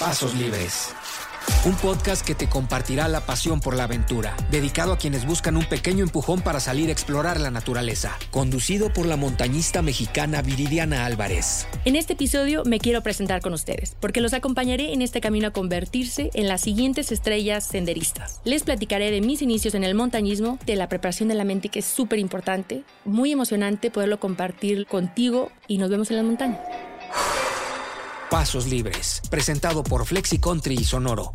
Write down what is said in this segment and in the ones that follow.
Pasos Libres. Un podcast que te compartirá la pasión por la aventura, dedicado a quienes buscan un pequeño empujón para salir a explorar la naturaleza. Conducido por la montañista mexicana Viridiana Álvarez. En este episodio me quiero presentar con ustedes, porque los acompañaré en este camino a convertirse en las siguientes estrellas senderistas. Les platicaré de mis inicios en el montañismo, de la preparación de la mente, que es súper importante, muy emocionante poderlo compartir contigo, y nos vemos en las montañas. Pasos Libres, presentado por Flexi Country y Sonoro.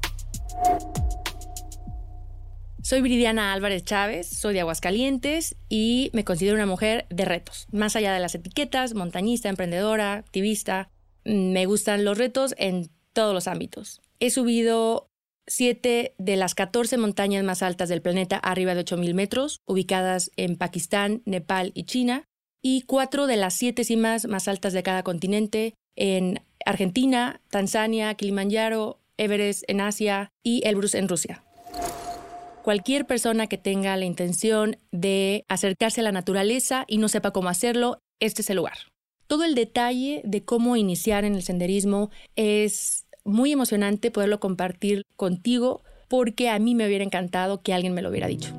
Soy Viridiana Álvarez Chávez, soy de Aguascalientes y me considero una mujer de retos. Más allá de las etiquetas, montañista, emprendedora, activista, me gustan los retos en todos los ámbitos. He subido 7 de las 14 montañas más altas del planeta arriba de 8,000 metros, ubicadas en Pakistán, Nepal y China, y 4 de las 7 cimas más altas de cada continente en Argentina, Tanzania, Kilimanjaro, Everest en Asia y Elbrus en Rusia. Cualquier persona que tenga la intención de acercarse a la naturaleza y no sepa cómo hacerlo, este es el lugar. Todo el detalle de cómo iniciar en el senderismo es muy emocionante poderlo compartir contigo, porque a mí me hubiera encantado que alguien me lo hubiera dicho.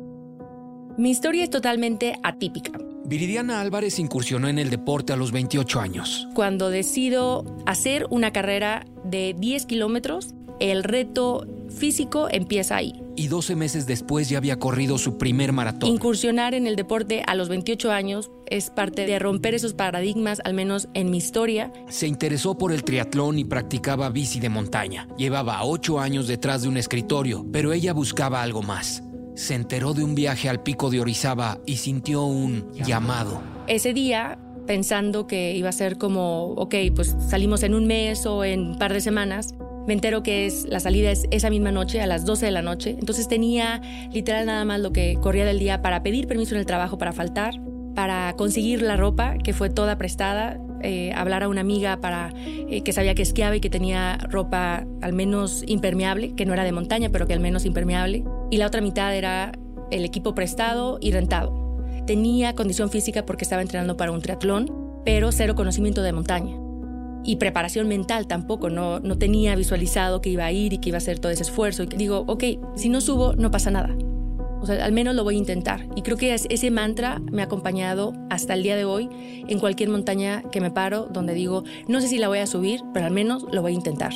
Mi historia es totalmente atípica. Viridiana Álvarez incursionó en el deporte a los 28 años. Cuando decido hacer una carrera de 10 kilómetros, el reto físico empieza ahí. Y 12 meses después ya había corrido su primer maratón. Incursionar en el deporte a los 28 años es parte de romper esos paradigmas, al menos en mi historia. Se interesó por el triatlón y practicaba bici de montaña. Llevaba 8 años detrás de un escritorio, pero ella buscaba algo más. Se enteró de un viaje al pico de Orizaba y sintió un llamado. Ese día, pensando que iba a ser como, pues salimos en un mes o en un par de semanas, me entero que la salida es esa misma noche, a las 12 de la noche. Entonces tenía literal nada más lo que corría del día para pedir permiso en el trabajo para faltar, para conseguir la ropa, que fue toda prestada, hablar a una amiga que sabía que esquiaba y que tenía ropa al menos impermeable, que no era de montaña, pero que al menos impermeable. Y la otra mitad era el equipo prestado y rentado. Tenía condición física porque estaba entrenando para un triatlón, pero cero conocimiento de montaña. Y preparación mental tampoco, no tenía visualizado que iba a ir y que iba a hacer todo ese esfuerzo. Y digo, si no subo, no pasa nada. O sea, al menos lo voy a intentar. Y creo que ese mantra me ha acompañado hasta el día de hoy en cualquier montaña que me paro, donde digo, no sé si la voy a subir, pero al menos lo voy a intentar.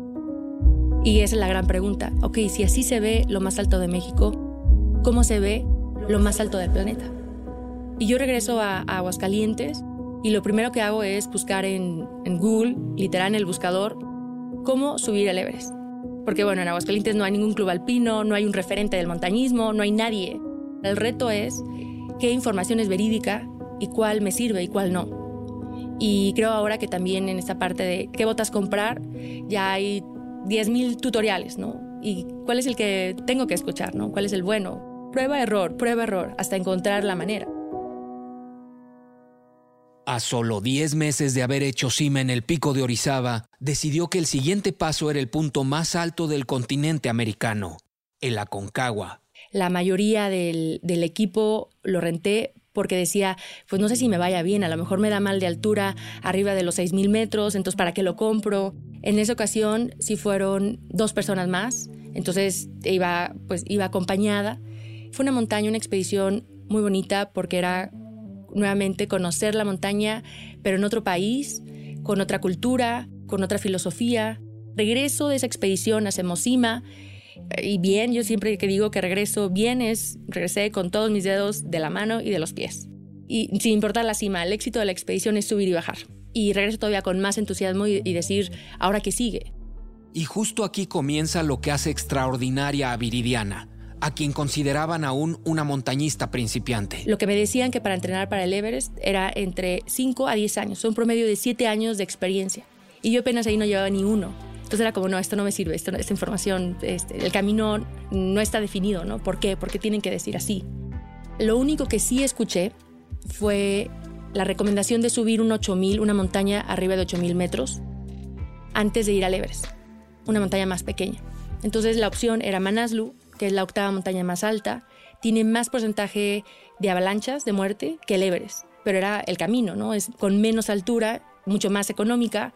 Y esa es la gran pregunta. Si así se ve lo más alto de México, ¿cómo se ve lo más alto del planeta? Y yo regreso a Aguascalientes y lo primero que hago es buscar en Google, literal en el buscador, cómo subir el Everest. Porque en Aguascalientes no hay ningún club alpino, no hay un referente del montañismo, no hay nadie. El reto es qué información es verídica y cuál me sirve y cuál no. Y creo ahora que también en esta parte de qué botas comprar, ya hay 10,000 tutoriales, ¿no? Y cuál es el que tengo que escuchar, ¿no? ¿Cuál es el bueno? Prueba, error, hasta encontrar la manera. A solo 10 meses de haber hecho cima en el pico de Orizaba, decidió que el siguiente paso era el punto más alto del continente americano, el Aconcagua. La mayoría del equipo lo renté porque decía, pues no sé si me vaya bien, a lo mejor me da mal de altura arriba de los 6,000 metros, entonces ¿para qué lo compro? En esa ocasión sí fueron 2 personas más, entonces iba acompañada. Fue una montaña, una expedición muy bonita porque era nuevamente conocer la montaña, pero en otro país, con otra cultura, con otra filosofía. Regreso de esa expedición, hacemos cima, y bien, yo siempre que digo que regreso bien regresé con todos mis dedos de la mano y de los pies. Y sin importar la cima, el éxito de la expedición es subir y bajar. Y regreso todavía con más entusiasmo y decir, ¿ahora qué sigue? Y justo aquí comienza lo que hace extraordinaria a Viridiana, a quien consideraban aún una montañista principiante. Lo que me decían que para entrenar para el Everest era entre 5 a 10 años, un promedio de 7 años de experiencia. Y yo apenas ahí no llevaba ni uno. Entonces era como, no, esto no me sirve, esta información, el camino no está definido, ¿no? ¿Por qué? ¿Por qué tienen que decir así? Lo único que sí escuché fue la recomendación de subir un 8,000, una montaña arriba de 8,000 metros, antes de ir al Everest, una montaña más pequeña. Entonces la opción era Manaslu, que es la 8ª montaña más alta, tiene más porcentaje de avalanchas, de muerte, que el Everest, pero era el camino, ¿no? Es con menos altura, mucho más económica,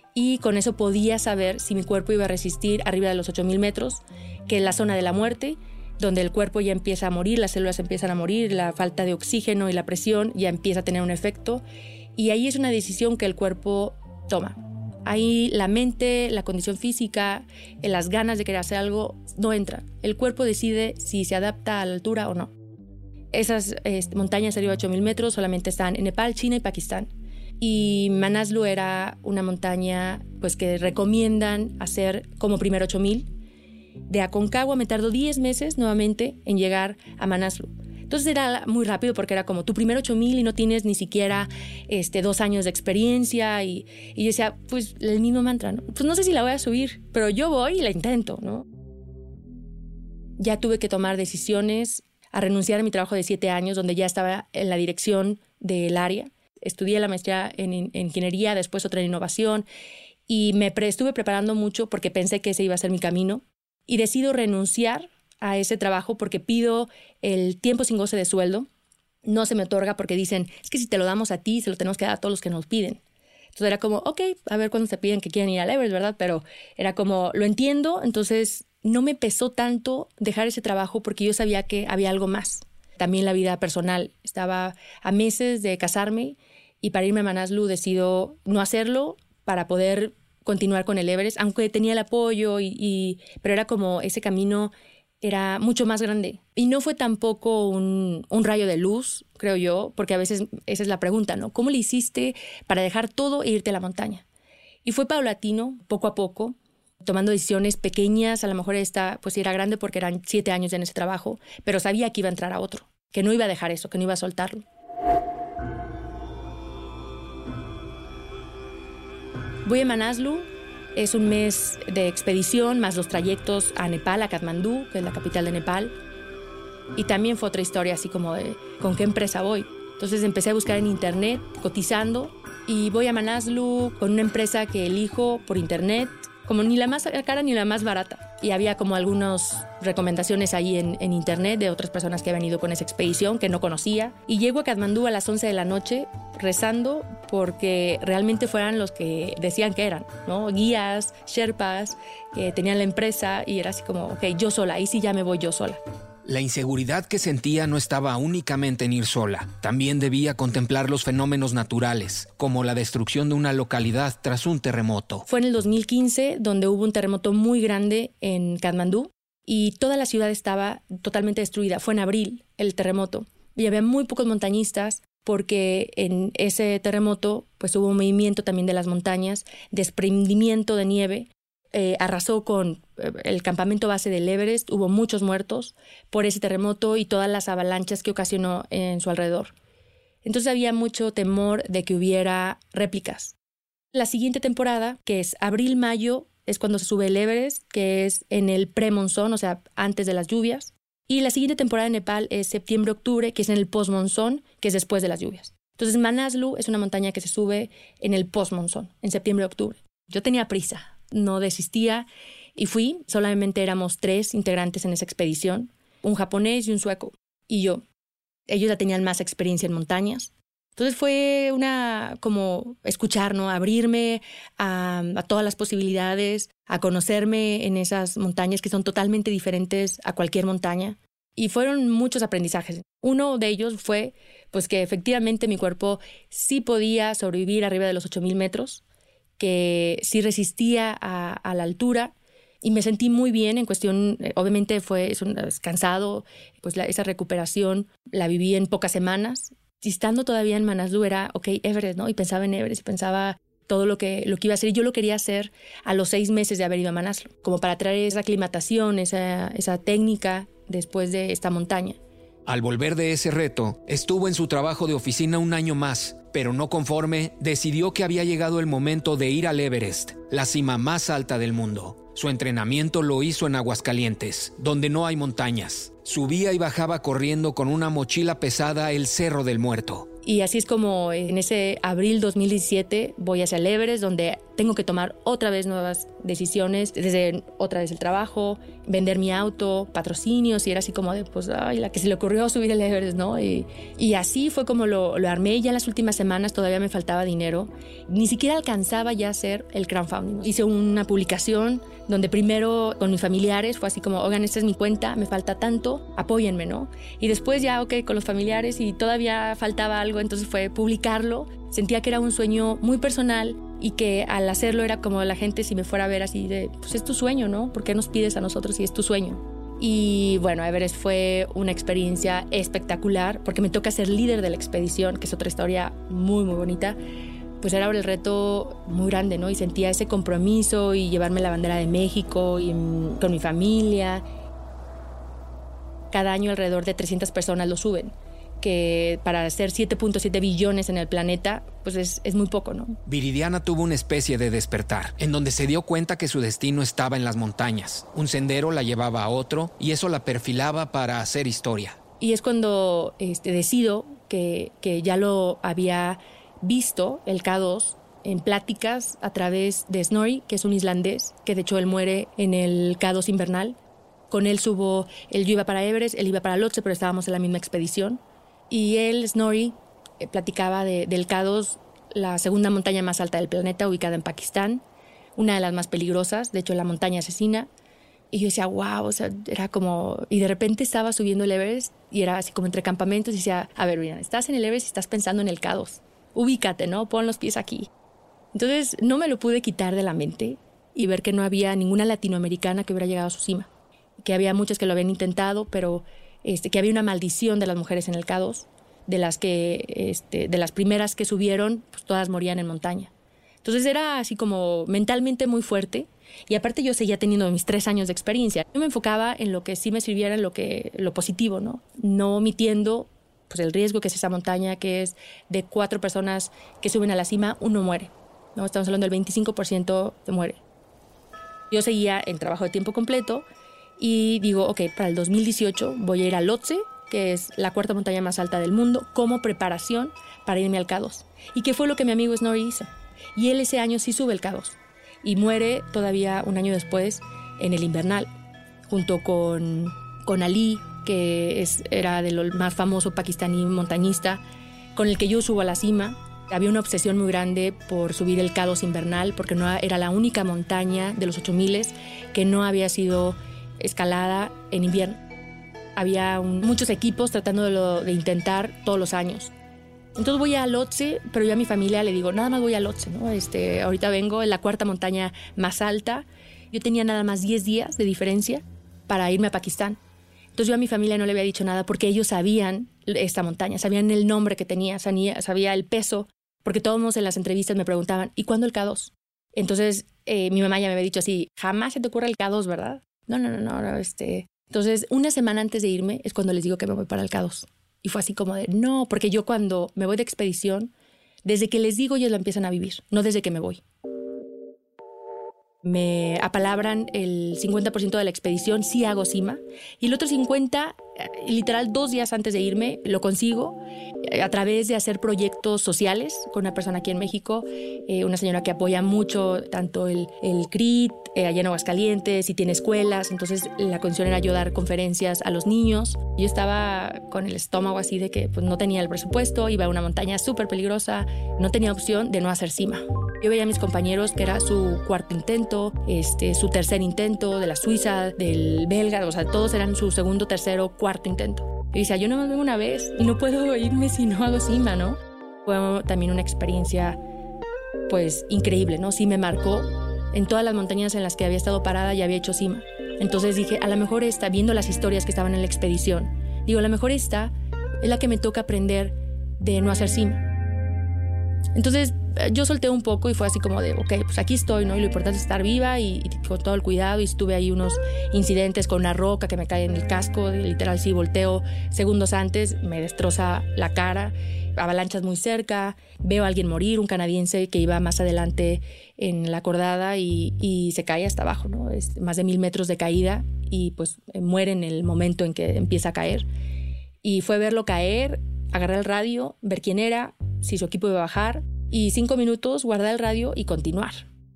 y con eso podía saber si mi cuerpo iba a resistir arriba de los 8,000 metros, que es la zona de la muerte, donde el cuerpo ya empieza a morir, las células empiezan a morir, la falta de oxígeno y la presión ya empieza a tener un efecto, y ahí es una decisión que el cuerpo toma. Ahí la mente, la condición física, las ganas de querer hacer algo no entran. El cuerpo decide si se adapta a la altura o no. Esas montañas arriba de 8,000 metros solamente están en Nepal, China y Pakistán. Y Manaslu era una montaña pues, que recomiendan hacer como primer 8,000. De Aconcagua me tardó 10 meses nuevamente en llegar a Manaslu. Entonces era muy rápido porque era como tu primer 8,000 y no tienes ni siquiera 2 años de experiencia. Y yo decía, pues el mismo mantra, ¿no? Pues no sé si la voy a subir, pero yo voy y la intento, ¿no? Ya tuve que tomar decisiones a renunciar a mi trabajo de 7 años, donde ya estaba en la dirección del área. Estudié la maestría en ingeniería, después otra en innovación, y me estuve preparando mucho porque pensé que ese iba a ser mi camino. Y decido renunciar a ese trabajo porque pido el tiempo sin goce de sueldo. No se me otorga porque dicen, es que si te lo damos a ti, se lo tenemos que dar a todos los que nos piden. Entonces era como, ok, a ver cuándo se piden que quieran ir al Everest, ¿verdad? Pero era como, lo entiendo, entonces no me pesó tanto dejar ese trabajo porque yo sabía que había algo más. También la vida personal. Estaba a meses de casarme y para irme a Manaslu decido no hacerlo para poder continuar con el Everest, aunque tenía el apoyo, pero era como ese camino era mucho más grande. Y no fue tampoco un rayo de luz, creo yo, porque a veces esa es la pregunta, ¿no? ¿Cómo le hiciste para dejar todo e irte a la montaña? Y fue paulatino, poco a poco, tomando decisiones pequeñas. A lo mejor esta pues era grande porque eran 7 años en ese trabajo, pero sabía que iba a entrar a otro, que no iba a dejar eso, que no iba a soltarlo. Voy a Manaslu, es un mes de expedición, más los trayectos a Nepal, a Katmandú, que es la capital de Nepal. Y también fue otra historia así como de ¿con qué empresa voy? Entonces empecé a buscar en internet, cotizando, y voy a Manaslu con una empresa que elijo por internet, como ni la más cara ni la más barata. Y había como algunas recomendaciones ahí en internet de otras personas que habían ido con esa expedición que no conocía. Y llego a Katmandú a las 11 de la noche rezando porque realmente fueran los que decían que eran, ¿no? Guías, sherpas, que tenían la empresa, y era así como, ok, yo sola, ahí sí ya me voy yo sola. La inseguridad que sentía no estaba únicamente en ir sola. También debía contemplar los fenómenos naturales, como la destrucción de una localidad tras un terremoto. Fue en el 2015 donde hubo un terremoto muy grande en Katmandú y toda la ciudad estaba totalmente destruida. Fue en abril el terremoto y había muy pocos montañistas porque en ese terremoto pues hubo un movimiento también de las montañas, desprendimiento de nieve. Arrasó con el campamento base del Everest, hubo muchos muertos por ese terremoto y todas las avalanchas que ocasionó en su alrededor. Entonces había mucho temor de que hubiera réplicas. La siguiente temporada, que es abril-mayo, es cuando se sube el Everest, que es en el pre-monzón, o sea, antes de las lluvias. Y la siguiente temporada en Nepal es septiembre-octubre, que es en el post-monzón, que es después de las lluvias. Entonces Manaslu es una montaña que se sube en el post-monzón, en septiembre-octubre. Yo tenía prisa. No desistía y fui. Solamente éramos 3 integrantes en esa expedición, un japonés y un sueco, y yo. Ellos ya tenían más experiencia en montañas. Entonces fue como escuchar, ¿no? Abrirme a todas las posibilidades, a conocerme en esas montañas que son totalmente diferentes a cualquier montaña. Y fueron muchos aprendizajes. Uno de ellos fue pues, que efectivamente mi cuerpo sí podía sobrevivir arriba de los 8,000 metros, que sí resistía a la altura y me sentí muy bien en cuestión, obviamente es cansado, pues esa recuperación la viví en pocas semanas. Y estando todavía en Manaslu era, ok, Everest, ¿no? Y pensaba en Everest y pensaba todo lo que iba a hacer. Y yo lo quería hacer a los 6 meses de haber ido a Manaslu, como para traer esa aclimatación, esa técnica después de esta montaña. Al volver de ese reto, estuvo en su trabajo de oficina un año más, pero no conforme, decidió que había llegado el momento de ir al Everest, la cima más alta del mundo. Su entrenamiento lo hizo en Aguascalientes, donde no hay montañas. Subía y bajaba corriendo con una mochila pesada el Cerro del Muerto. Y así es como en ese abril 2017 voy hacia el Everest, donde tengo que tomar otra vez nuevas decisiones, desde otra vez el trabajo, vender mi auto, patrocinios, y era así como de, pues, ay, la que se le ocurrió subir el Everest, ¿no? Y así fue como lo armé. Ya en las últimas semanas todavía me faltaba dinero. Ni siquiera alcanzaba ya a hacer el crowdfunding. Hice una publicación donde primero con mis familiares fue así como, oigan, esta es mi cuenta, me falta tanto, apóyenme, ¿no? Y después ya, ok, con los familiares y todavía faltaba algo, entonces fue publicarlo. Sentía que era un sueño muy personal y que al hacerlo era como la gente si me fuera a ver así de, pues es tu sueño, ¿no? ¿Por qué nos pides a nosotros si es tu sueño? Y bueno, Everest fue una experiencia espectacular porque me toca ser líder de la expedición, que es otra historia muy, muy bonita. Pues era el reto muy grande, ¿no? Y sentía ese compromiso y llevarme la bandera de México y con mi familia. Cada año alrededor de 300 personas lo suben, que para hacer 7.7 billones en el planeta, pues es muy poco, ¿no? Viridiana tuvo una especie de despertar, en donde se dio cuenta que su destino estaba en las montañas. Un sendero la llevaba a otro y eso la perfilaba para hacer historia. Y es cuando decido que ya lo había visto, el K2, en pláticas a través de Snorri, que es un islandés, que de hecho él muere en el K2 invernal. Con él yo iba para Everest, él iba para Lhotse, pero estábamos en la misma expedición. Y él, Snorri, platicaba del K2, la segunda montaña más alta del planeta, ubicada en Pakistán, una de las más peligrosas, de hecho la montaña asesina. Y yo decía, wow, o sea, era como... Y de repente estaba subiendo el Everest y era así como entre campamentos y decía, a ver, mira, estás en el Everest y estás pensando en el K2. Ubícate, ¿no? Pon los pies aquí. Entonces no me lo pude quitar de la mente y ver que no había ninguna latinoamericana que hubiera llegado a su cima. Que había muchas que lo habían intentado, pero que había una maldición de las mujeres en el K2, de las primeras que subieron, pues todas morían en montaña. Entonces era así como mentalmente muy fuerte. Y aparte yo seguía teniendo mis 3 años de experiencia. Yo me enfocaba en lo que sí me sirviera, en lo positivo, ¿no? No omitiendo pues, el riesgo que es esa montaña, que es de 4 personas que suben a la cima, uno muere, ¿no? Estamos hablando del 25% que muere. Yo seguía en trabajo de tiempo completo y digo, ok, para el 2018 voy a ir a Lhotse, que es la 4ª montaña más alta del mundo, como preparación para irme al K2. ¿Y qué fue lo que mi amigo Snorri hizo? Y él ese año sí sube el K2 y muere todavía un año después en el invernal, junto con Ali, que era de lo más famoso pakistaní montañista, con el que yo subo a la cima. Había una obsesión muy grande por subir el K2 invernal, porque no era la única montaña de los 8000 que no había sido escalada en invierno. Había muchos equipos tratando de intentar todos los años. Entonces voy a Lhotse, pero yo a mi familia le digo, nada más voy a Lhotse, ¿no? Ahorita vengo, en la 4ª montaña más alta. Yo tenía nada más 10 días de diferencia para irme a Pakistán. Entonces yo a mi familia no le había dicho nada porque ellos sabían esta montaña, sabían el nombre que tenía, sabía el peso, porque todos en las entrevistas me preguntaban, ¿y cuándo el K2? Entonces mi mamá ya me había dicho así, jamás se te ocurre el K2, ¿verdad? No. Entonces una semana antes de irme es cuando les digo que me voy para el K2. Y fue así como de, no, porque yo cuando me voy de expedición, desde que les digo ellos lo empiezan a vivir, no desde que me voy. Me apalabran el 50% de la expedición, sí hago cima, y el otro 50%, literal 2 días antes de irme, lo consigo a través de hacer proyectos sociales con una persona aquí en México, una señora que apoya mucho tanto el CRIT, allá en Aguascalientes, y tiene escuelas. Entonces la condición era yo dar conferencias a los niños. Yo estaba con el estómago así de que pues, no tenía el presupuesto, iba a una montaña súper peligrosa, no tenía opción de no hacer cima. Yo veía a mis compañeros que era su 4º intento, su 3er intento, de la Suiza, del belga, o sea, todos eran su 2º, 3º, 4º intento. Y decía, yo nomás vengo una vez y no puedo irme si no hago cima, ¿no? Fue también una experiencia, pues, increíble, ¿no? Sí me marcó. En todas las montañas en las que había estado parada ya había hecho cima. Entonces dije, a lo mejor viendo las historias que estaban en la expedición, digo, a lo mejor esta es la que me toca aprender de no hacer cima. Entonces yo solté un poco y fue así como de, ok, pues aquí estoy, ¿no? Y lo importante es estar viva y con todo el cuidado. Y estuve ahí unos incidentes con una roca que me cae en el casco, literal, sí, volteo segundos antes, me destroza la cara, avalanchas muy cerca, veo a alguien morir, un canadiense que iba más adelante en la cordada y se cae hasta abajo, ¿no? Es más de 1000 metros de caída y pues muere en el momento en que empieza a caer. Y fue verlo caer, agarrar el radio, ver quién era, si su equipo iba a bajar, y 5 minutos guardar el radio y continuar.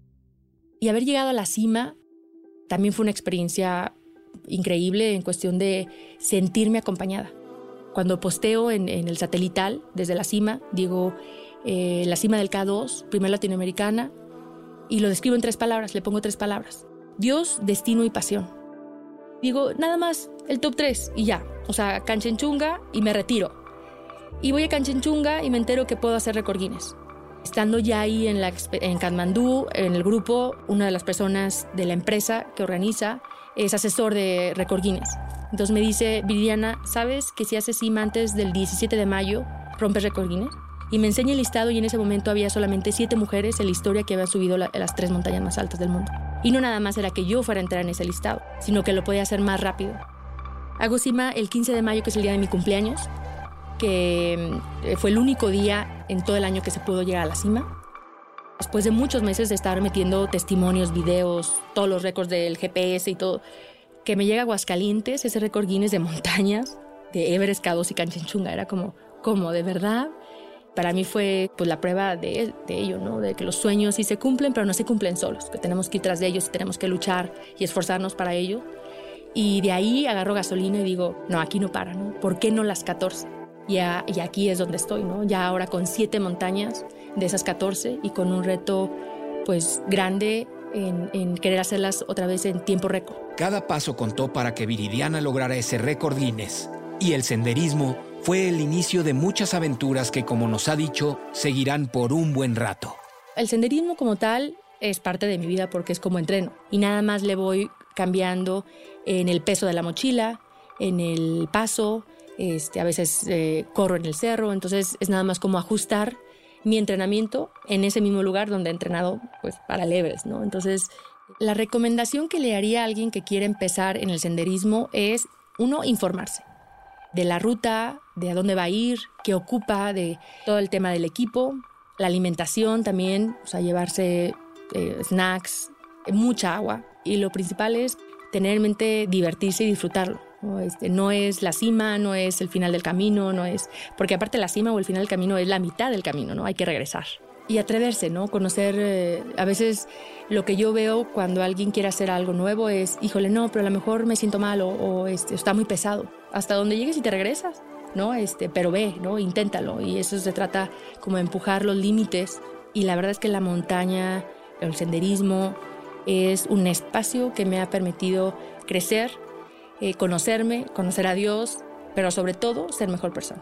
Y haber llegado a la cima también fue una experiencia increíble en cuestión de sentirme acompañada. Cuando posteo en el satelital desde la cima, digo la cima del K2, primera latinoamericana, y lo describo en 3 palabras, le pongo 3 palabras. Dios, destino y pasión. Digo, nada más el top 3 y ya. O sea, Canchenjunga y me retiro. Y voy a Canchenjunga y me entero que puedo hacer récord Guinness. Estando ya ahí en Katmandú, en el grupo, una de las personas de la empresa que organiza es asesor de récord Guinness. Entonces me dice, Viridiana, ¿sabes que si haces cima antes del 17 de mayo, rompes récord Guinness? Y me enseña el listado y en ese momento había solamente 7 mujeres en la historia que habían subido las 3 montañas más altas del mundo. Y no nada más era que yo fuera a entrar en ese listado, sino que lo podía hacer más rápido. Hago cima el 15 de mayo, que es el día de mi cumpleaños, que fue el único día en todo el año que se pudo llegar a la cima. Después de muchos meses de estar metiendo testimonios, videos, todos los récords del GPS y todo, que me llega a Aguascalientes, ese récord Guinness de montañas, de Everest, K2 y Canchenjunga. Era como de verdad. Para mí fue pues la prueba de ello, ¿no? De que los sueños sí se cumplen, pero no se cumplen solos, que tenemos que ir tras de ellos y tenemos que luchar y esforzarnos para ello. Y de ahí agarro gasolina y digo, no, aquí no para, ¿no? ¿Por qué no las 14? Y aquí es donde estoy, ¿no? Ya ahora con 7 montañas de esas 14 y con un reto pues grande en querer hacerlas otra vez en tiempo récord. Cada paso contó para que Viridiana lograra ese récord Guinness. Y el senderismo fue el inicio de muchas aventuras que, como nos ha dicho, seguirán por un buen rato. El senderismo como tal es parte de mi vida porque es como entreno. Y nada más le voy cambiando en el peso de la mochila, en el paso, a veces corro en el cerro. Entonces es nada más como ajustar mi entrenamiento en ese mismo lugar donde he entrenado pues, para el Everest, ¿no? Entonces, la recomendación que le haría a alguien que quiere empezar en el senderismo es, 1, informarse de la ruta, de a dónde va a ir, qué ocupa, de todo el tema del equipo, la alimentación también, o sea, llevarse snacks, mucha agua. Y lo principal es tener en mente divertirse y disfrutarlo, ¿no? No es la cima, no es el final del camino, no es... Porque aparte la cima o el final del camino es la mitad del camino, ¿no? Hay que regresar. Y atreverse, ¿no? Conocer... a veces lo que yo veo cuando alguien quiere hacer algo nuevo es, híjole, no, pero a lo mejor me siento mal o está muy pesado. Hasta donde llegues y te regresas, ¿no? Pero ve, ¿no? Inténtalo. Y eso se trata como de empujar los límites. Y la verdad es que la montaña, el senderismo, es un espacio que me ha permitido crecer, conocerme, conocer a Dios, pero sobre todo ser mejor persona.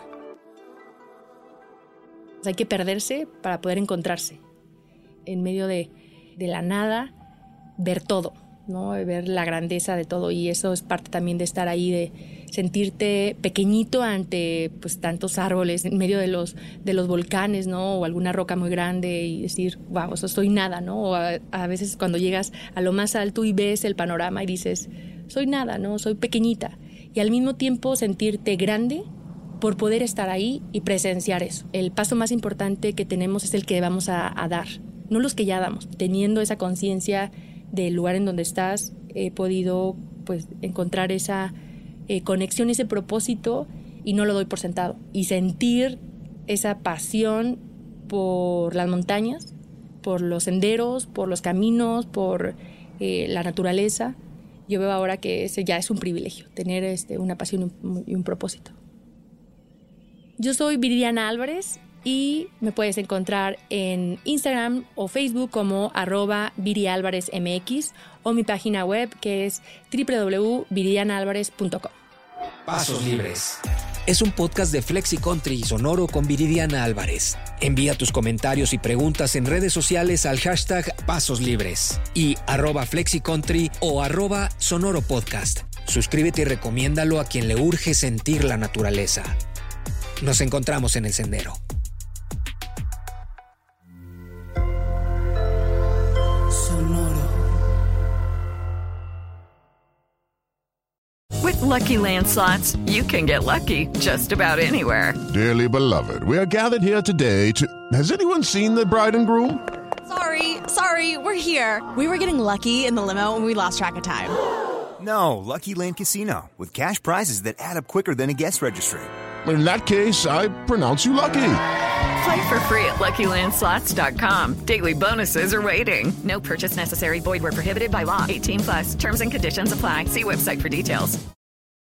Hay que perderse para poder encontrarse. En medio de la nada, ver todo, ¿no? Ver la grandeza de todo. Y eso es parte también de estar ahí, de sentirte pequeñito ante pues, tantos árboles, en medio de los volcanes, ¿no? O alguna roca muy grande y decir, wow, eso soy nada, ¿no? O a veces cuando llegas a lo más alto y ves el panorama y dices, soy nada, ¿no? Soy pequeñita. Y al mismo tiempo sentirte grande por poder estar ahí y presenciar eso. El paso más importante que tenemos es el que vamos a dar, no los que ya damos. Teniendo esa conciencia del lugar en donde estás, he podido pues, encontrar esa conexión, ese propósito, y no lo doy por sentado. Y sentir esa pasión por las montañas, por los senderos, por los caminos, por la naturaleza. Yo veo ahora que ese ya es un privilegio, tener una pasión y un propósito. Yo soy Viridiana Álvarez y me puedes encontrar en Instagram o Facebook como @ViriAlvarezMX o mi página web que es www.viridianaalvarez.com. Pasos Libres. Es un podcast de Flexi Country y Sonoro con Viridiana Álvarez. Envía tus comentarios y preguntas en redes sociales al hashtag Pasos Libres y @FlexiCountry o @SonoroPodcast. Suscríbete y recomiéndalo a quien le urge sentir la naturaleza. Nos encontramos en el sendero. Sonoro. With Lucky Land Slots, you can get lucky just about anywhere. Dearly beloved, we are gathered here today to... Has anyone seen the bride and groom? Sorry, we're here. We were getting lucky in the limo and we lost track of time. No, Lucky Land Casino, with cash prizes that add up quicker than a guest registry. In that case, I pronounce you lucky. Play for free at LuckyLandSlots.com. Daily bonuses are waiting. No purchase necessary. Void where prohibited by law. 18+. Terms and conditions apply. See website for details.